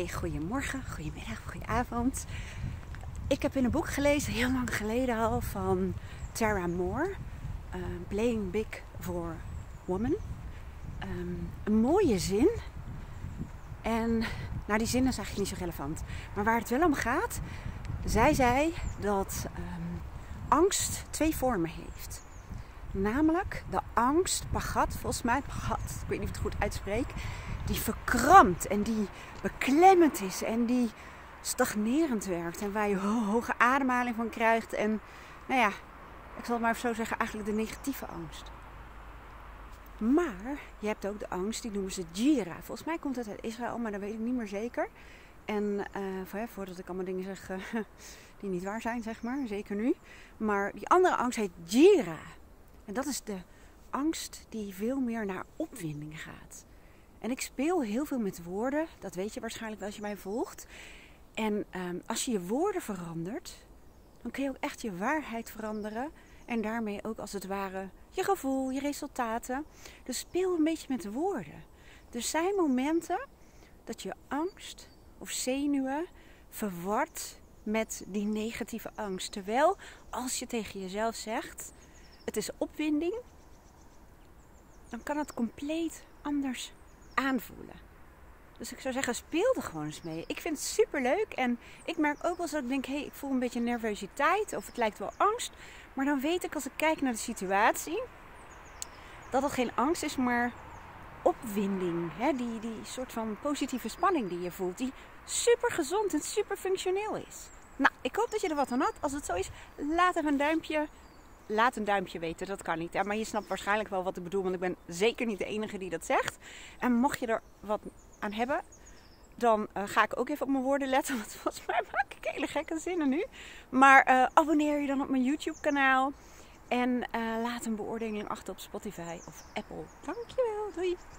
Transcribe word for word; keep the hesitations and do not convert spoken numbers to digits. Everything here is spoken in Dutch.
Hey, goedemorgen, goedemiddag, goedenavond. Ik heb in een boek gelezen, heel lang geleden al, van Tara Moore. Uh, Playing Big for Women. Um, een mooie zin. En, nou die zin is eigenlijk niet zo relevant. Maar waar het wel om gaat, zij zei dat um, angst twee vormen heeft. Namelijk de angst, pagat, volgens mij, pagat, ik weet niet of ik het goed uitspreek, die verkrampt en die beklemmend is en die stagnerend werkt en waar je ho- hoge ademhaling van krijgt en, nou ja, ik zal het maar even zo zeggen, eigenlijk de negatieve angst. Maar je hebt ook de angst, die noemen ze Jira. Volgens mij komt het uit Israël, maar dat weet ik niet meer zeker. En uh, voordat ik allemaal dingen zeg uh, die niet waar zijn, zeg maar, zeker nu. Maar die andere angst heet Jira. En dat is de angst die veel meer naar opwinding gaat. En ik speel heel veel met woorden. Dat weet je waarschijnlijk wel als je mij volgt. En um, als je je woorden verandert, dan kun je ook echt je waarheid veranderen. En daarmee ook als het ware je gevoel, je resultaten. Dus speel een beetje met woorden. Er zijn momenten dat je angst of zenuwen verward met die negatieve angst. Terwijl als je tegen jezelf zegt, het is opwinding, dan kan het compleet anders aanvoelen. Dus ik zou zeggen, speel er gewoon eens mee. Ik vind het super leuk en ik merk ook wel eens dat ik denk, hé, hey, ik voel een beetje nervositeit of het lijkt wel angst. Maar dan weet ik als ik kijk naar de situatie, dat het geen angst is, maar opwinding. Hè? Die, die soort van positieve spanning die je voelt, die super gezond en super functioneel is. Nou, ik hoop dat je er wat aan had. Als het zo is, laat even een duimpje. Laat een duimpje weten, dat kan niet. Ja, maar je snapt waarschijnlijk wel wat ik bedoel, want ik ben zeker niet de enige die dat zegt. En mocht je er wat aan hebben, dan uh, ga ik ook even op mijn woorden letten. Want volgens mij maak ik hele gekke zinnen nu. Maar uh, abonneer je dan op mijn YouTube kanaal. En uh, laat een beoordeling achter op Spotify of Apple. Dankjewel, doei!